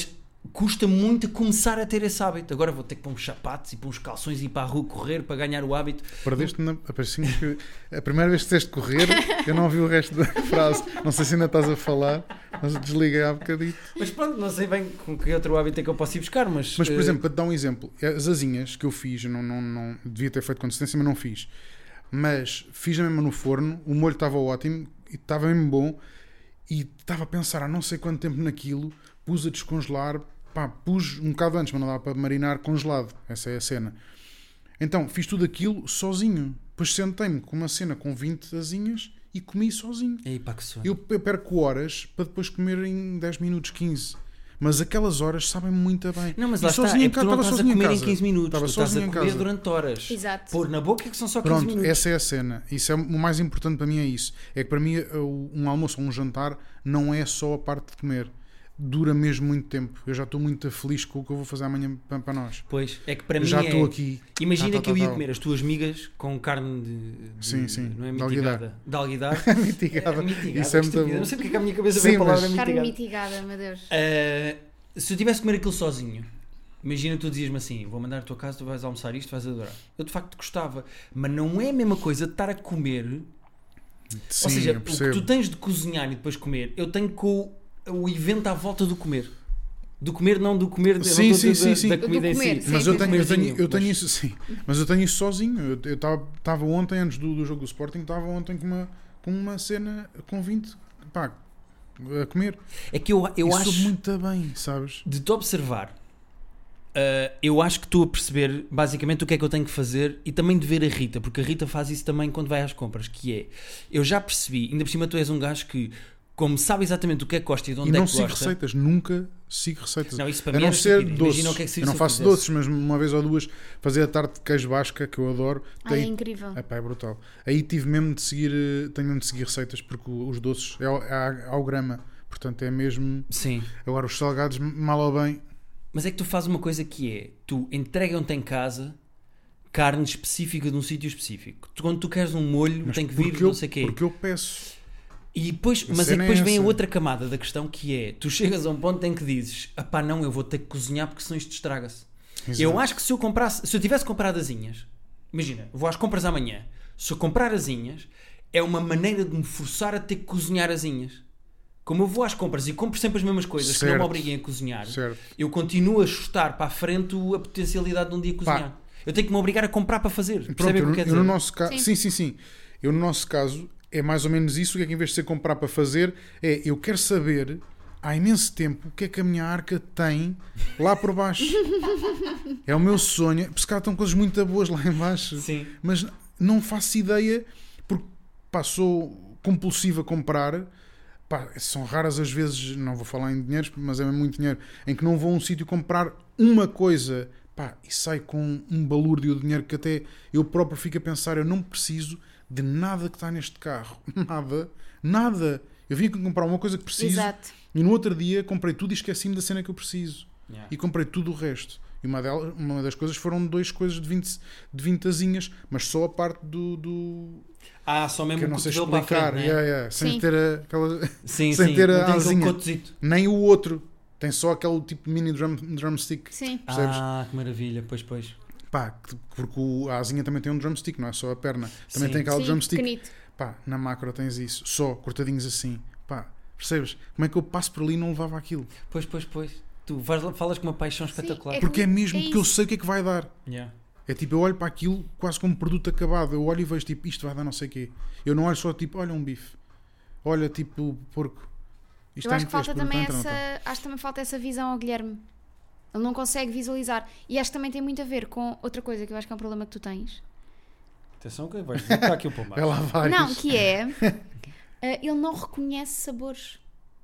custa muito começar a ter esse hábito. Agora vou ter que pôr uns sapatos e pôr uns calções e ir para a rua correr para ganhar o hábito.
Perdeste na, assim que, a primeira vez que disseste correr, eu não ouvi o resto da frase. Não sei se ainda estás a falar, mas desliguei há bocadinho.
Mas pronto, não sei bem com que outro hábito é que eu posso ir buscar, mas...
Mas, por
uh,
exemplo, para te dar um exemplo, as asinhas que eu fiz, não, não, não devia ter feito consistência, mas não fiz. Mas fiz mesmo no forno, o molho estava ótimo, e estava mesmo bom, e estava a pensar há não sei quanto tempo naquilo, pus a descongelar, pá, pus um bocado antes, mas não dava para marinar congelado, essa é a cena. Então, fiz tudo aquilo sozinho. Depois sentei-me com uma cena com vinte asinhas e comi sozinho.
Ei, pá, que sonho.
Eu, eu perco horas para depois comer em dez minutos, quinze. Mas aquelas horas sabem muito bem.
Não, mas
E
lá está,
sozinho
é
em
porque tu
casa,
não
estava
estás a
sozinho em
comer em
casa.
quinze minutos,
Estava
tu estás a
sozinho em
comer
casa.
durante horas.
Exato.
Pôr na boca é que são só quinze
Pronto,
minutos.
essa é a cena. Isso é o mais importante para mim, é isso. É que para mim o- um almoço ou um jantar não é só a parte de comer. Dura mesmo muito tempo. Eu já estou muito feliz com o que eu vou fazer amanhã para, para nós.
Pois, é que para
Eu
mim
já
é...
estou aqui.
Imagina
Tá, tá,
que eu
tá,
ia
tá.
comer as tuas migas com carne de... de-
Sim, sim.
Não é
De
mitigada. De alguidar.
Mitigada.
mitigada.
Isso é muito
estúpido.
bom.
Não sei porque é que a minha cabeça
Sim,
vem a palavra
mas-
Carne
mitigada.
mitigada, meu Deus.
Uh, se eu tivesse que comer aquilo sozinho, imagina tu dizias-me assim, vou mandar a tua casa, tu vais almoçar isto, vais adorar. Eu de facto gostava, mas não é a mesma coisa de estar a comer.
Sim,
Ou seja,
eu
o que
percebo.
tu tens de cozinhar e depois comer, eu tenho com o, o evento à volta do comer. Do comer, não do comer, de,
Sim,
não
sim,
da,
sim,
da-
sim.
da
Do
comida
comer,
em si.
sim,
Mas
sim,
eu tenho, eu tenho,
Comerzinho,
eu tenho
mas-
isso, sim. Mas eu tenho isso sozinho. Eu estava ontem, antes do, do jogo do Sporting, estava ontem com uma, com uma cena com vinte, pá, a comer.
É que eu, eu
e
acho,
soube muito bem, sabes?
de te observar, uh, eu acho que estou a perceber basicamente o que é que eu tenho que fazer e também de ver a Rita, porque a Rita faz isso também quando vai às compras, que é, eu já percebi, ainda por cima tu és um gajo que, como sabe exatamente o que é que gosta e de onde
E
é
não
que
sigo
gosta...
receitas, nunca sigo receitas.
Não, isso para
a
mim
não
era
ser
estúpido.
doces.
Imagina o que é que se
eu não
eu
faço
fizesse.
doces, mas uma vez ou duas fazer a tarte de queijo basca, que eu adoro. que
Ai, é
aí-
incrível.
Epá, é brutal. Aí tive mesmo de seguir, eh, tenho mesmo de seguir receitas, porque o- os doces é ao, é ao grama. Portanto, é mesmo.
Sim.
Agora, os salgados, mal ou bem.
Mas é que tu fazes uma coisa que é, tu entregam-te em casa carne específica de um sítio específico. Tu, quando tu queres um molho,
Mas
tem que vir
porque eu,
não sei o quê.
Porque eu peço.
E depois,
A
mas é que
cena é
depois vem a
essa.
outra camada da questão que é, tu chegas a um ponto em que dizes, apá não, eu vou ter que cozinhar porque senão isto estraga-se.
Exato.
Eu acho que se eu comprasse, se eu tivesse comprado asinhas, imagina, vou às compras amanhã, se eu comprar asinhas, é uma maneira de me forçar a ter que cozinhar asinhas. Como eu vou às compras e compro sempre as mesmas coisas que não me
Certo.
obriguem a cozinhar,
Certo.
eu continuo a chutar para a frente a potencialidade de um dia cozinhar. Eu tenho que me obrigar a comprar para fazer.
Pronto,
Percebem
eu,
o que quer
eu
dizer?
no nosso caso,
Sim.
sim, sim, sim. Eu no nosso caso é mais ou menos isso, o que é que em vez de ser comprar para fazer, é eu quero saber há imenso tempo o que é que a minha arca tem lá por baixo. É o meu sonho, porque se calhar estão coisas muito boas lá em baixo,
Sim.
mas não faço ideia, porque pá, sou compulsivo a comprar. Pá, são raras as vezes, não vou falar em dinheiros, mas é muito dinheiro, em que não vou a um sítio comprar uma coisa, pá, e saio com um balúrdio de dinheiro que até eu próprio fico a pensar, eu não preciso de nada que está neste carro. Nada. Nada. Eu vim aqui comprar uma coisa que preciso
Exato.
e no outro dia comprei tudo e esqueci-me da cena que eu preciso.
Yeah.
E comprei tudo o resto. E uma, delas, uma das coisas foram duas coisas de vinte, de vinte asinhas, mas só a parte do... do
Ah, só mesmo
que eu
o
não sei
cotovelo para a
explicar.
frente, né?
Yeah, yeah. Sem
Sim.
ter a- aquela...
Sim,
sem
sim.
ter
Não
a
tem aquele
asinha.
cotezito.
Nem o outro. Tem só aquele tipo mini drum, drumstick.
Sim.
Percebes?
Ah, que maravilha. Pois, pois.
Pá, que- porque o- a asinha também tem um drumstick, não é só a perna. Também
Sim.
tem aquela
Sim,
drumstick.
pequenito.
Pá, na macro tens isso. Só, cortadinhos assim. Pá, percebes? Como é que eu passo por ali e não levava aquilo?
Pois, pois, pois. Tu vais lá- falas com uma paixão espetacular.
é
Porque é mesmo
É
que eu
isso.
sei o que é que vai dar.
Yeah.
É tipo, eu olho para aquilo quase como produto acabado. Eu olho e vejo tipo, isto vai dar não sei o quê. Eu não olho só tipo, olha um bife. Olha tipo, porco. Isto
Eu
é-
acho que falta
este
também
produto entra, não
essa. Acho que também falta essa visão ao Guilherme. Ele não consegue visualizar. E acho que também tem muito a ver com outra coisa que eu acho que é um problema que tu tens.
Atenção que vais botar aqui o pão
está? Ela vai.
Não, que é. eh, ele não reconhece sabores.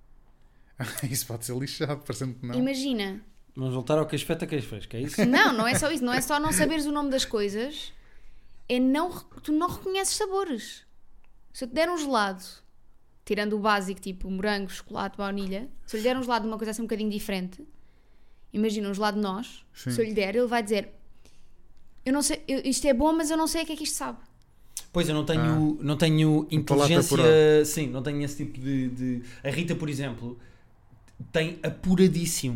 Isso pode ser lixado, parecendo que não.
Imagina.
Vamos voltar ao queijo feta, queijo fresco, é isso?
Não, não é só isso. Não é só não saberes o nome das coisas. É não. re- Tu não reconheces sabores. Se eu te der um gelado, tirando o básico, tipo morango, chocolate, baunilha, se eu lhe der um gelado de uma coisa assim um bocadinho diferente, imagina um gelado de nós,
Sim.
se eu lhe der, ele vai dizer: Eu não sei, eu- isto é bom, mas eu não sei o que é que isto sabe.
Pois, eu não tenho, não tenho
palato
inteligência...
apurado.
Sim, não tenho esse tipo de, de... A Rita, por exemplo, tem apuradíssimo.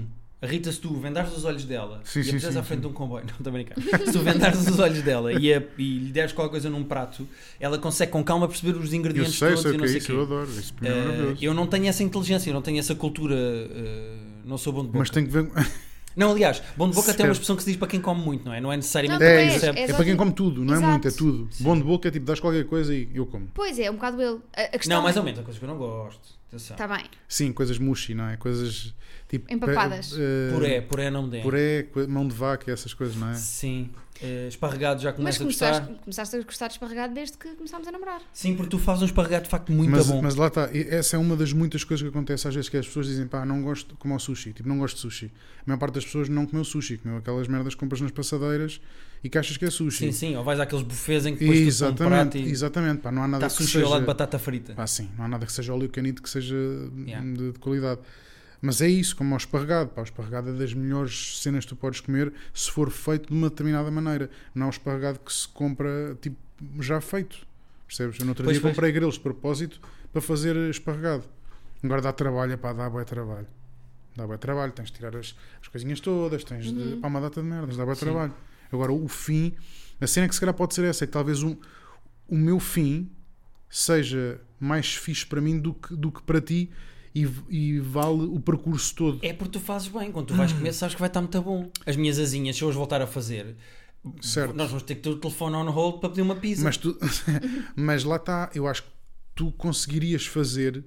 A Rita, se tu vendares os olhos dela
Sim,
e
sim,
a puseres
sim,
à frente
sim.
de um comboio, não, estou a brincar. Se tu vendares os olhos dela e, a, e lhe deres qualquer coisa num prato, ela consegue com calma perceber os
Eu
ingredientes
sei,
todos
sei
e
o
não
que é
sei o
isso,
quê.
eu adoro. Isso para mim é
Uh,
maravilhoso.
eu não tenho essa inteligência, eu não tenho essa cultura, uh, não sou bom de boca.
Mas tem que ver.
Não, aliás, bom de boca até é uma
Certo.
expressão que se diz para quem come muito, não é? Não é necessariamente
Não,
para
É,
quem
és,
percebe.
és
é para quem
ótimo.
come tudo, não é
Exato.
muito, é tudo. Bom de boca é tipo, dás qualquer coisa e eu como.
Pois é, um bocado ele. A, a questão
Não, mais
é...
ou menos, há coisas que eu não gosto. Atenção.
Está bem.
Sim, coisas mushy, não é? Coisas tipo.
Empapadas.
eh,
Puré, puré não me dê.
Puré, co- mão de vaca, essas coisas, não é?
Sim. Uh, esparregado já
Mas
começa a gostar.
começaste, começaste a gostar de esparregado desde que começámos a namorar.
Sim, porque tu fazes um esparregado de facto muito
Mas,
bom.
mas lá está, e essa é uma das muitas coisas que acontece às vezes, que as pessoas dizem, pá, não gosto como ao sushi, tipo, não gosto de sushi. A maior parte das pessoas não comeu sushi, comeu aquelas merdas que compras nas passadeiras e que achas que é sushi.
Sim, sim. Ou vais àqueles buffets em que depois tu um
Exatamente,
prato e
exatamente, pá, não há nada
está
que
sushi
seja...
ao lado de batata frita.
Pá, sim, não há nada que seja óleo canito que seja
Yeah.
de, de qualidade. Mas é isso, como ao esparregado. Pá, o esparregado é das melhores cenas que tu podes comer se for feito de uma determinada maneira. Não é o esparregado que se compra tipo, já feito. Percebes? Eu no outro
Pois,
dia
pois.
comprei grelos de propósito para fazer esparregado. Agora dá trabalho, pá, dá bué trabalho. Dá bué trabalho, tens de tirar as, as coisinhas todas, tens de.
Uhum.
Pá, uma data de merdas, dá bué
Sim.
trabalho. Agora o fim, a cena que se calhar pode ser essa, é que talvez o, o meu fim seja mais fixe para mim do que, do que para ti. E, e vale o percurso todo.
É porque tu fazes bem. Quando tu vais comer, sabes que vai estar muito bom. As minhas asinhas, se eu as voltar a fazer,
Certo.
nós vamos ter que ter o telefone on hold para pedir uma pizza.
Mas, tu, mas lá está, eu acho que tu conseguirias fazer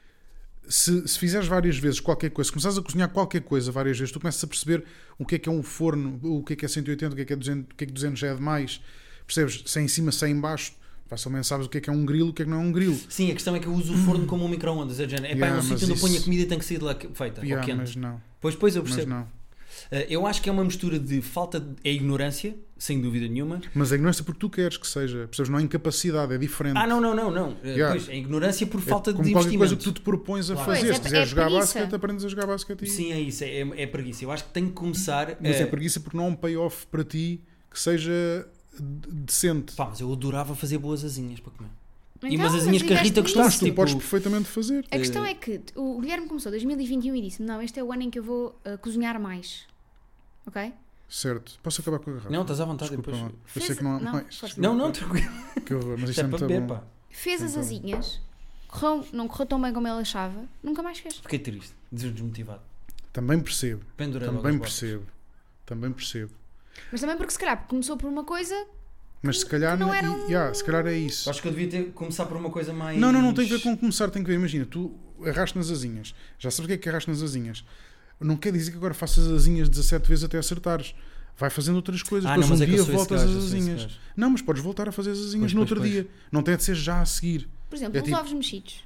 se, se fizeres várias vezes qualquer coisa, se começares a cozinhar qualquer coisa várias vezes, tu começas a perceber o que é que é um forno, o que é que é cento e oitenta, o que é que é duzentos, o que é que duzentos já é demais. Percebes? Se é em cima, se é em baixo, facilmente sabes o que é que é um grilo, o que é que não é um grilo.
Sim, a questão é que eu uso o forno como um micro-ondas. É, yeah, é
Yeah,
um
mas
sítio onde eu
isso-
ponho a comida e tem que sair de lá feita,
Yeah,
ou quente.
mas não,
Pois, pois, eu
mas
percebo.
não.
Uh, eu acho que é uma mistura de falta de é ignorância, sem dúvida nenhuma.
Mas a ignorância porque tu queres que seja. Percebes? Não é incapacidade, é diferente.
Ah, não, não, não, não. Uh,
Yeah.
Pois, é ignorância por falta
é
de
como qualquer
investimento.
coisa que tu te propões a
Claro.
fazer.
Pois, é-
se quiseres
é
jogar
preguiça.
basquete, aprendes a jogar basquete. E...
Sim, é isso, é, é preguiça. Eu acho que tem que começar.
Mas
uh,
é preguiça porque não há um payoff para ti que seja de- decente.
Pá, mas eu adorava fazer boas asinhas para comer. E
Então,
umas
mas
asinhas que a
tiveste
Rita
nisso.
gostasse.
Tu
tipo,
podes perfeitamente fazer.
A questão é que o Guilherme começou em dois mil e vinte e um e disse: não, este é o ano em que eu vou uh, cozinhar mais. Ok?
Certo. Posso acabar com a garrafa?
Não, estás à vontade.
Desculpa,
Depois...
lá. Eu
Fez-
sei que não há
não,
mais.
força.
Não, não, tranquilo.
Que horror, mas
Isto
isto
é
é
para
muito
beber,
bom.
pá.
Fez as
Então.
asinhas, correu, não correu tão bem como ele achava, nunca mais fez.
Fiquei triste, desmotivado.
Também percebo.
Pendurei logo
Também
as botas.
percebo. Também percebo.
Mas também porque se calhar começou por uma coisa.
Mas se calhar,
não
na-
era
e-
um-
yeah, se calhar é isso.
Acho que eu devia ter, começar por uma coisa mais.
Não, não, não tem a ver com começar, tem que ver. Imagina, tu arrastas nas asinhas. Já sabes o que é que arrastas nas asinhas. Não quer dizer que agora faças as asinhas dezassete vezes até acertares. Vai fazendo outras coisas.
Ah,
Depois
não, mas
um
é que eu
dia
sou esse
voltas
gajo,
às
eu sou esse
asinhas.
gajo.
Não, mas podes voltar a fazer as asinhas
Pois,
no
pois,
outro
pois.
dia. Não tem de ser já a seguir.
Por exemplo,
É
os
tipo-
ovos mexidos.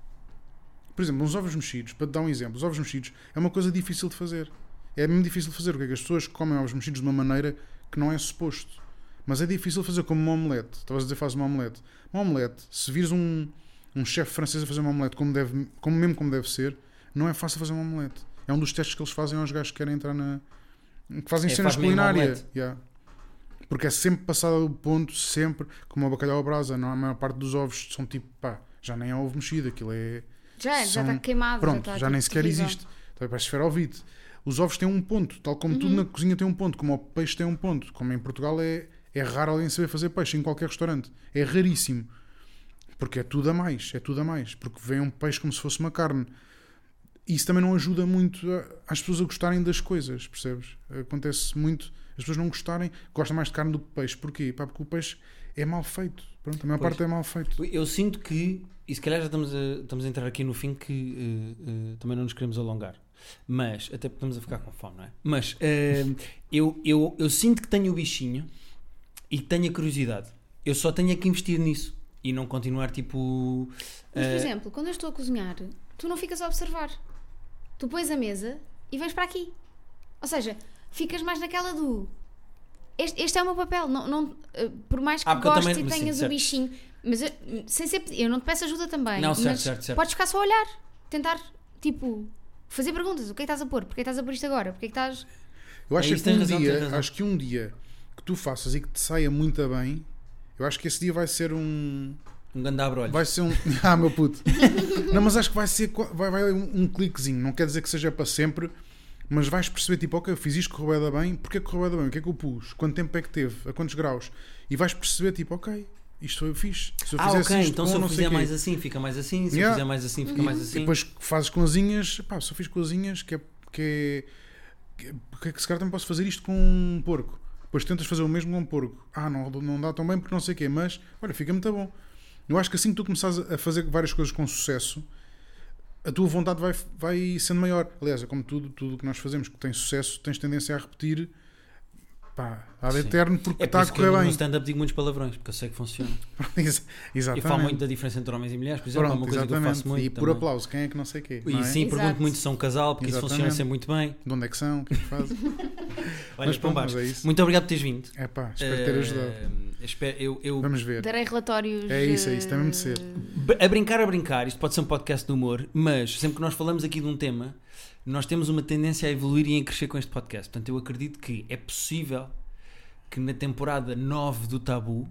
Por exemplo, uns ovos mexidos, para te dar um exemplo, os ovos mexidos é uma coisa difícil de fazer. É mesmo difícil de fazer, porque é que as pessoas comem ovos mexidos de uma maneira que não é suposto. Mas é difícil de fazer como uma omelete. Estavas a dizer, faz uma omelete. Uma omelete, se vires um, um chefe francês a fazer uma omelete como, deve, como mesmo como deve ser, não é fácil fazer uma omelete. É um dos testes que eles fazem aos gajos que querem entrar na... que fazem
É,
cenas
faz mesmo
culinárias.
omelete.
Yeah. Porque é sempre passado o ponto, sempre, como o bacalhau à brasa. Não, a maior parte dos ovos são tipo, pá, já nem é ovo mexido, aquilo é...
Já, já
São-
está queimado.
Pronto,
já,
já,
está,
nem
tipo,
sequer
terrível.
existe. Então, para esferovite. Os ovos têm um ponto, tal como
Uhum.
tudo na cozinha tem um ponto, como o peixe tem um ponto. Como em Portugal é, é raro alguém saber fazer peixe em qualquer restaurante. É raríssimo. Porque é tudo a mais, é tudo a mais. Porque vem um peixe como se fosse uma carne. E isso também não ajuda muito a- as pessoas a gostarem das coisas, percebes? Acontece muito, as pessoas não gostarem, gostam mais de carne do que peixe. Porquê? Pá, porque o peixe é mal feito. Pronto, a maior
Pois.
parte é mal feito.
Eu sinto que, e se calhar já estamos a, estamos a entrar aqui no fim que uh, uh, também não nos queremos alongar, mas até porque estamos a ficar com fome, não é? Mas uh, eu, eu, eu sinto que tenho o bichinho e que tenho a curiosidade. Eu só tenho é que investir nisso e não continuar tipo.
Mas, por
uh,
exemplo, quando eu estou a cozinhar, tu não ficas a observar. Tu pões a mesa e vens para aqui. Ou seja, ficas mais naquela do. Este, este é o meu papel. Não, não, eh, por mais que
Ah, porque eu
gostes
também-
e
sim,
tenhas o
certo.
bichinho. Mas eu, sem ser, eu não te peço ajuda também.
Não, certo,
mas
certo, certo.
podes ficar só a olhar. Tentar, tipo, fazer perguntas. O que é que estás a pôr? Porquê é que estás a pôr isto agora? Porquê é que estás.
Eu acho
É isso,
que
tens
um
razão, tens
dia,
razão.
acho que um dia que tu faças e que te saia muito bem, eu acho que esse dia vai ser um,
um grande abre-olhos.
vai ser um, ah meu puto, não, mas acho que vai ser, vai, vai um, um cliquezinho. Não quer dizer que seja para sempre, mas vais perceber, tipo, ok, eu fiz isto, correu bué da bem, porque é que correu bué da bem? O que é que eu pus? Quanto tempo é que teve? A quantos graus? E vais perceber, tipo, ok, isto eu fiz. Se eu
Ah,
fizesse
ok,
isto
então
com
se eu
não sei
fizer
quê.
mais assim, fica mais assim. Se
Yeah.
eu fizer mais assim, fica mais
E
assim.
depois fazes cozinhas, pá, se eu fiz cozinhas, que é que é, que é, porque é que se calhar também posso fazer isto com um porco. Depois tentas fazer o mesmo com um porco. Ah, não, não dá tão bem porque não sei o quê, mas olha, fica muito bom. Eu acho que assim que tu começares a fazer várias coisas com sucesso, a tua vontade vai, vai sendo maior. Aliás, é como tudo, tudo que nós fazemos que tem sucesso, tens tendência a repetir, pá, ad eterno, porque
É
está
por
a
isso que eu
correr
no
bem.
stand-up digo muitos palavrões, porque eu sei que funciona.
Ex-
Eu
Exatamente.
falo muito da diferença entre homens e mulheres, por exemplo, é
Pronto,
uma coisa que eu
exatamente.
faço muito.
E por
também.
aplauso, quem é que não sei o quê?
E
não é?
sim,
Exato.
pergunto muito se são um casal, porque isso
Exatamente.
funciona sempre muito bem.
De onde é que são? O que é que fazem?
Olha,
Mas pronto,
Pombares,
mas é isso.
muito obrigado por teres vindo.
É pá, espero ter
Eh,
ajudado.
espero- eu, eu-
Vamos ver.
Darei relatórios.
É isso, é isso, tem mesmo de ser.
b- a brincar, a brincar, isto pode ser um podcast de humor, mas sempre que nós falamos aqui de um tema, nós temos uma tendência a evoluir e a crescer com este podcast. Portanto, eu acredito que é possível que na temporada nove do Tabu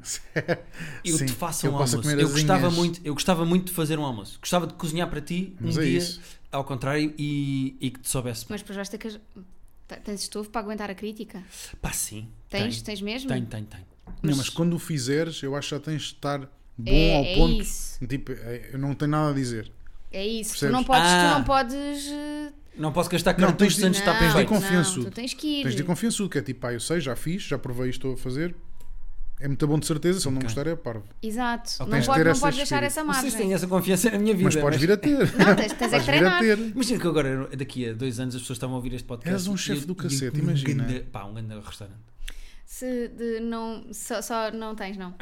eu
Sim,
te faça
eu
um
posso
almoço.
comer
Eu gostava,
asinhas.
muito, eu gostava muito de fazer um almoço. Gostava de cozinhar para ti um
Mas é
dia,
isso.
ao contrário, e, e que te soubesse.
Mas depois vais ter que. Tens estofo para aguentar a crítica?
Pá, sim.
Tens?
Tenho,
Tens mesmo?
tenho, tenho, tenho.
Não, mas quando o fizeres, eu acho que já tens de estar bom
É-
ao
é
ponto.
isso.
Tipo, é- eu não tenho nada a dizer.
É isso. Tu
Percebes?
não podes.
Ah.
Tu não podes eh,
Não posso gastar
Não,
cartuchos
tens de-
antes de estar
tens de ir
perfeito.
com-
não,
confiançudo.
tu tens que ir.
Tens de ir confiançudo, que é tipo, pá, eu sei, já fiz, já provei isto, estou a fazer. É muito bom de certeza, se ele não
Ok.
gostar é parvo.
Exato.
Ok.
Não,
Tens de
pode,
ter
não
esse
podes deixar
espírito.
essa
Não sei
margem.
se tenho essa confiança na minha vida.
Mas podes vir a ter.
Não, tens, tens é
Podes
que
vir a
treinar.
ter.
Imagina que agora, daqui a dois anos, as pessoas estavam a ouvir este podcast.
És um
e
chefe
eu-
do
e
cacete,
um
imagina.
grande- pá, um grande restaurante.
Se de, não, só, só não tens, não.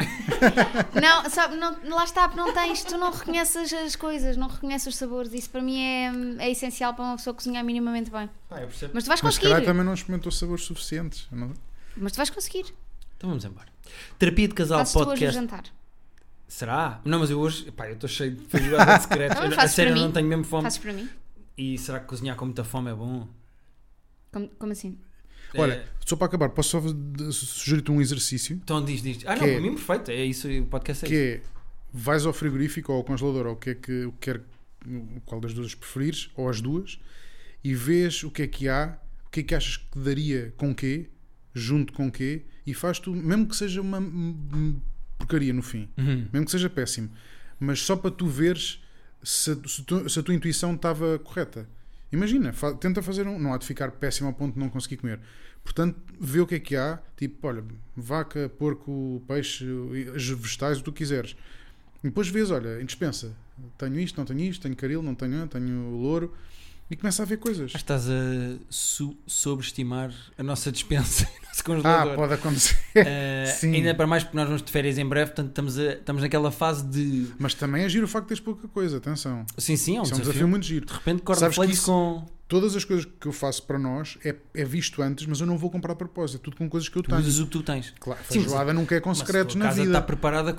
não, só, não. Lá está, não tens. Tu não reconheces as coisas, não reconheces os sabores. Isso para mim é, é essencial para uma pessoa cozinhar minimamente bem.
Pá, eu percebo.
Mas tu vais
Mas se
conseguir.
calhar também não experimentou sabores suficientes. Não?
Mas tu vais conseguir.
Então vamos embora. Terapia de Casal
Fazes tu hoje o
Podcast.
jantar.
Será? Não, mas eu hoje, pá, eu estou cheio de feijoada de secretos.
Não, mas
a
fazes
sério,
para
eu
mim.
não tenho mesmo fome.
Fazes para mim?
E será que cozinhar com muita fome é bom?
Como, como assim?
Olha,
É,
só para acabar, posso só de- sugerir-te um exercício
então diz, diz. Ah, não,
Que é-
para mim perfeito. É isso, o podcast é
que
isso.
é vais ao frigorífico ou ao congelador ou o que é que o que quer, qual das duas preferires, ou as duas, e vês o que é que há, o que é que achas que daria com quê, junto com quê, e faz tu, mesmo que seja uma hum, porcaria no fim,
Uhum.
mesmo que seja péssimo, mas só para tu veres se, a- se, tu- se a tua intuição estava correta. Imagina, fa- tenta fazer um. Não há de ficar péssimo ao ponto de não conseguir comer. Portanto, vê o que é que há. Tipo, olha, vaca, porco, peixe, os vegetais, o que tu quiseres. E depois vês, olha, em despensa. Tenho isto, não tenho isto, tenho caril, não tenho, tenho louro. E começa a ver coisas.
Acho que estás a su- sobreestimar a nossa dispensa, o nosso
Ah,
congelador.
pode acontecer.
Eh,
Sim.
ainda para mais porque nós vamos de férias em breve, portanto estamos, a- estamos naquela fase de.
Mas também é giro o facto de teres pouca coisa, atenção.
Sim, sim, é um
Isso é um
desafio.
desafio muito giro.
De repente,
Sabes que
cornflakes
isso-
com.
Todas as coisas que eu faço para nós é, é visto antes, mas eu não vou comprar a propósito. É tudo com coisas que eu
Tu
tenho.
usas o que tu tens.
Claro,
Sim,
feijoada nunca é com
Mas
secretos
a tua
na
casa
vida.
está preparada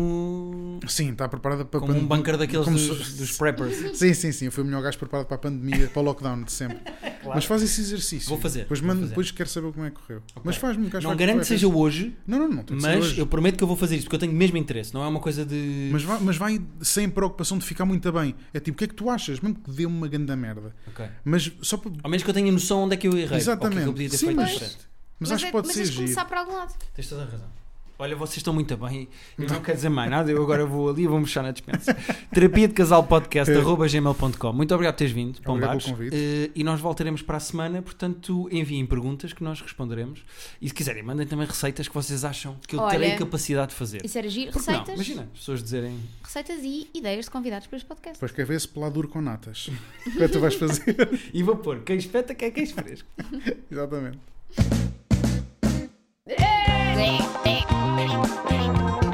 como.
Sim, está preparada para
Como um
pande-
bunker daqueles
como
dos,
se-
dos preppers.
Sim, sim, sim. Eu fui o melhor gajo preparado para a pandemia, para o lockdown de sempre. Mas faz esse exercício.
Vou fazer,
Depois,
vou
mando,
fazer.
depois quero saber como é que correu. Mas faz-me um gajo
Não
vai-
garanto
vai-
que seja hoje,
Não, não, não. tem de ser
mas
hoje.
eu prometo que eu vou fazer isto porque eu tenho mesmo interesse. Não é uma coisa de.
Mas vai, mas vai sem preocupação de ficar muito bem. É tipo, o que é que tu achas? Mesmo que dê uma grande merda.
Ok.
Mas só para.
Ao menos que eu tenha noção onde é que eu errei.
Exatamente.
Ou o que é que eu podia ter
Sim,
feito
mas-
diferente.
Mas,
Mas,
acho
é,
que pode
mas
ser
tens de
giro.
começar para algum lado.
Tens toda a razão. Olha, vocês estão muito bem. Eu não quero dizer mais nada. Eu agora vou ali e vou mexer na dispensa. Terapia de Casal Podcast, arroba gmail ponto com. Muito obrigado por teres vindo,
Obrigado
Pombares.
pelo convite.
Eh, e nós voltaremos para a semana. Portanto, enviem perguntas que nós responderemos. E se quiserem, mandem também receitas que vocês acham que eu
Olha,
terei capacidade de fazer.
Isso era giro.
Porque não?
Receitas,
Imagina, as pessoas dizerem.
receitas e ideias de convidados para este podcast.
Depois quer ver esse peladuro com natas. O que é que tu vais fazer?
E vou pôr queijo feta que é queijo fresco.
Exatamente.
É.